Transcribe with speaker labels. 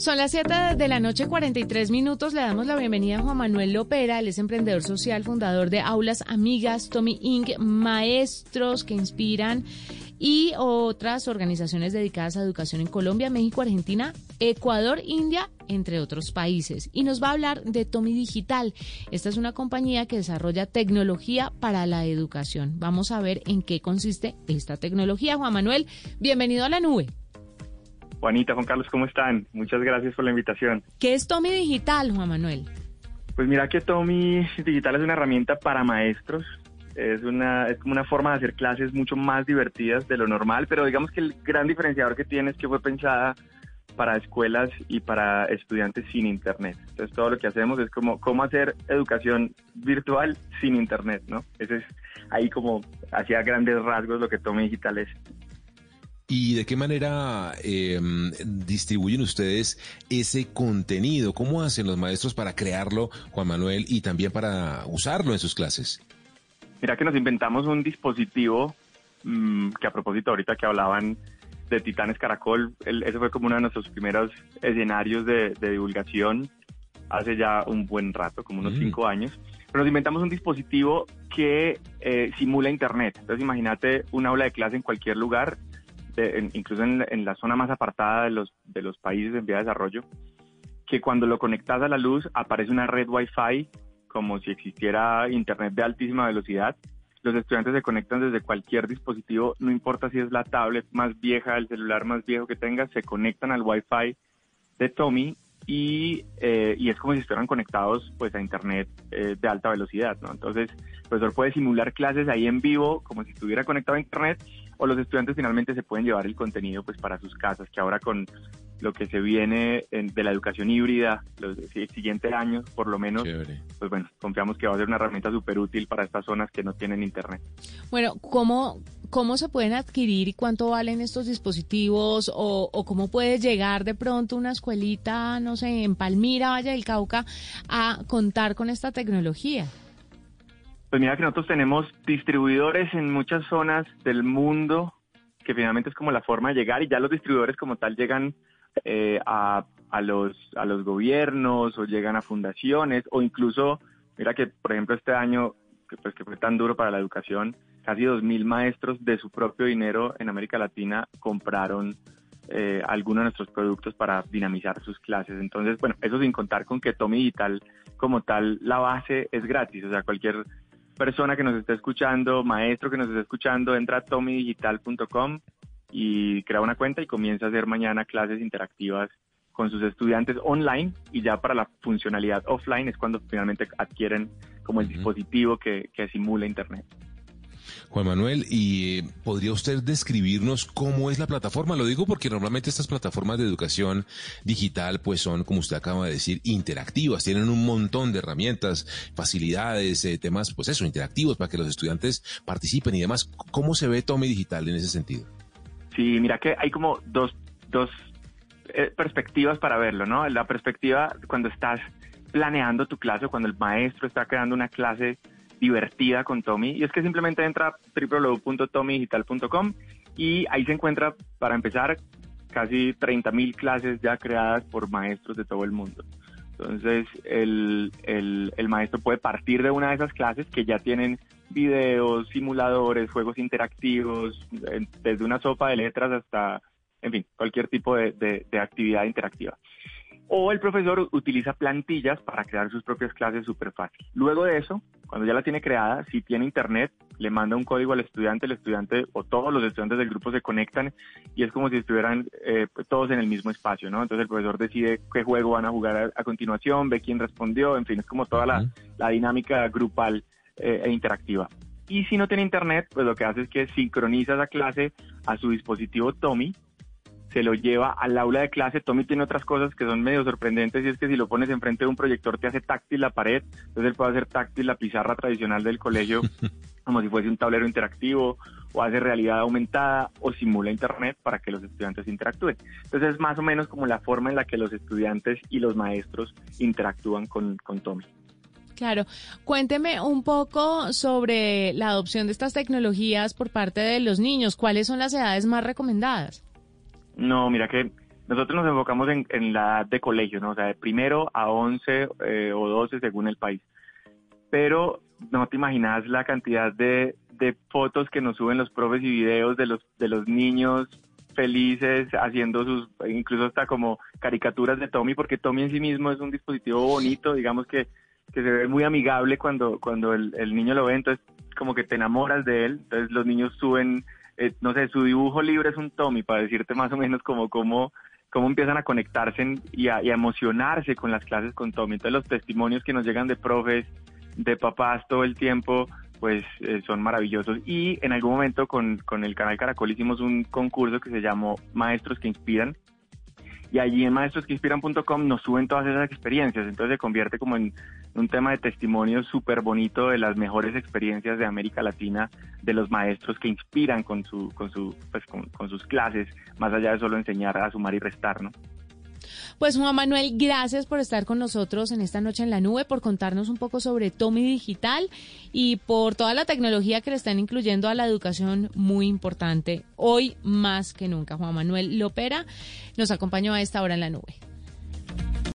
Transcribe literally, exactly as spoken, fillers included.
Speaker 1: Son las siete de la noche, cuarenta y tres minutos. Le damos la bienvenida a Juan Manuel Lopera. Él es emprendedor social, fundador de Aulas Amigas, Tommy incorporated, maestros que inspiran y otras organizaciones dedicadas a educación en Colombia, México, Argentina, Ecuador, India, entre otros países. Y nos va a hablar de Tommy Digital. Esta es una compañía que desarrolla tecnología para la educación. Vamos a ver en qué consiste esta tecnología. Juan Manuel, bienvenido a La Nube.
Speaker 2: Juanita, Juan Carlos, ¿cómo están? Muchas gracias por la invitación.
Speaker 1: ¿Qué es Tommy Digital, Juan Manuel?
Speaker 2: Pues mira que Tommy Digital es una herramienta para maestros. Es una es como una forma de hacer clases mucho más divertidas de lo normal, pero digamos que el gran diferenciador que tiene es que fue pensada para escuelas y para estudiantes sin internet. Entonces todo lo que hacemos es como cómo hacer educación virtual sin internet, ¿no? Ese es ahí como hacia grandes rasgos lo que Tommy Digital es.
Speaker 3: ¿Y de qué manera eh, distribuyen ustedes ese contenido? ¿Cómo hacen los maestros para crearlo, Juan Manuel, y también para usarlo en sus clases?
Speaker 2: Mira que nos inventamos un dispositivo mmm, que a propósito ahorita que hablaban de Titanes Caracol, el, ese fue como uno de nuestros primeros escenarios de, de divulgación hace ya un buen rato, como unos mm. cinco años. Pero nos inventamos un dispositivo que eh, simula internet. Entonces imagínate un aula de clase en cualquier lugar, de, en, incluso en, en la zona más apartada de los, de los países en vía de desarrollo, que cuando lo conectas a la luz aparece una red Wi-Fi como si existiera internet de altísima velocidad. Los estudiantes se conectan desde cualquier dispositivo, no importa si es la tablet más vieja, el celular más viejo que tengas, se conectan al Wi-Fi de Tommy y, eh, y es como si estuvieran conectados pues a internet eh, de alta velocidad, ¿no? Entonces el profesor puede simular clases ahí en vivo como si estuviera conectado a internet, o los estudiantes finalmente se pueden llevar el contenido pues para sus casas, que ahora con lo que se viene en, de la educación híbrida, los siguientes años por lo menos, Chévere. Pues bueno, confiamos que va a ser una herramienta súper útil para estas zonas que no tienen internet.
Speaker 1: Bueno, ¿cómo, cómo se pueden adquirir y cuánto valen estos dispositivos? O, o cómo puede llegar de pronto una escuelita, no sé, en Palmira, Valle del Cauca, a contar con esta tecnología?
Speaker 2: Pues mira que nosotros tenemos distribuidores en muchas zonas del mundo, que finalmente es como la forma de llegar, y ya los distribuidores como tal llegan eh, a, a los a los gobiernos o llegan a fundaciones, o incluso, mira que por ejemplo este año, que, pues, que fue tan duro para la educación, casi dos mil maestros de su propio dinero en América Latina compraron eh, algunos de nuestros productos para dinamizar sus clases. Entonces, bueno, eso sin contar con que Tommy Digital como tal, la base es gratis, o sea, cualquier persona que nos esté escuchando, maestro que nos esté escuchando, entra a tommy digital punto com y crea una cuenta y comienza a hacer mañana clases interactivas con sus estudiantes online, y ya para la funcionalidad offline es cuando finalmente adquieren como el uh-huh. dispositivo que, que simula internet.
Speaker 3: Juan Manuel, ¿y eh, podría usted describirnos cómo es la plataforma? Lo digo porque normalmente estas plataformas de educación digital pues son, como usted acaba de decir, interactivas, tienen un montón de herramientas, facilidades, eh, temas, pues eso, interactivos para que los estudiantes participen y demás. ¿Cómo se ve Tommy Digital en ese sentido?
Speaker 2: Sí, mira que hay como dos, dos eh, perspectivas para verlo, ¿no? La perspectiva cuando estás planeando tu clase, cuando el maestro está creando una clase divertida con Tommy, y es que simplemente entra a doble u doble u doble u punto tommy digital punto com y ahí se encuentra, para empezar, casi treinta mil clases ya creadas por maestros de todo el mundo. Entonces, el, el, el maestro puede partir de una de esas clases que ya tienen videos, simuladores, juegos interactivos, desde una sopa de letras hasta, en fin, cualquier tipo de, de, de actividad interactiva. O el profesor utiliza plantillas para crear sus propias clases súper fácil. Luego de eso, cuando ya la tiene creada, si tiene internet, le manda un código al estudiante, el estudiante o todos los estudiantes del grupo se conectan y es como si estuvieran eh, todos en el mismo espacio, ¿no? Entonces el profesor decide qué juego van a jugar a, a continuación, ve quién respondió, en fin, es como toda la, la dinámica grupal eh, e interactiva. Y si no tiene internet, pues lo que hace es que sincroniza esa clase a su dispositivo Tommy, se lo lleva al aula de clase. Tommy tiene otras cosas que son medio sorprendentes, y es que si lo pones enfrente de un proyector te hace táctil la pared, entonces él puede hacer táctil la pizarra tradicional del colegio como si fuese un tablero interactivo, o hace realidad aumentada o simula internet para que los estudiantes interactúen. Entonces es más o menos como la forma en la que los estudiantes y los maestros interactúan con, con Tommy.
Speaker 1: Claro. Cuénteme un poco sobre la adopción de estas tecnologías por parte de los niños. ¿Cuáles son las edades más recomendadas?
Speaker 2: No, mira que Nosotros nos enfocamos en, en la edad de colegio, ¿no? O sea, de primero a once eh, o doce según el país. Pero no te imaginas la cantidad de, de fotos que nos suben los profes y videos de los, de los niños felices haciendo sus, incluso hasta como caricaturas de Tommy, porque Tommy en sí mismo es un dispositivo bonito, digamos que, que se ve muy amigable cuando, cuando el, el niño lo ve, entonces como que te enamoras de él. Entonces los niños suben, eh, no sé, su dibujo libre es un Tommy, para decirte más o menos como cómo cómo empiezan a conectarse y a, y a emocionarse con las clases con Tommy. Entonces los testimonios que nos llegan de profes, de papás todo el tiempo, pues eh, son maravillosos. Y en algún momento con, con el canal Caracol hicimos un concurso que se llamó Maestros que Inspiran, y allí en maestros que inspiran punto com nos suben todas esas experiencias, entonces se convierte como en un tema de testimonio súper bonito de las mejores experiencias de América Latina, de los maestros que inspiran con su, con su, pues con, con sus clases, más allá de solo enseñar a sumar y restar, ¿no?
Speaker 1: Pues Juan Manuel, gracias por estar con nosotros en esta noche en la nube, por contarnos un poco sobre Tommy Digital y por toda la tecnología que le están incluyendo a la educación, muy importante, hoy más que nunca. Juan Manuel Lopera nos acompañó a esta hora en la nube.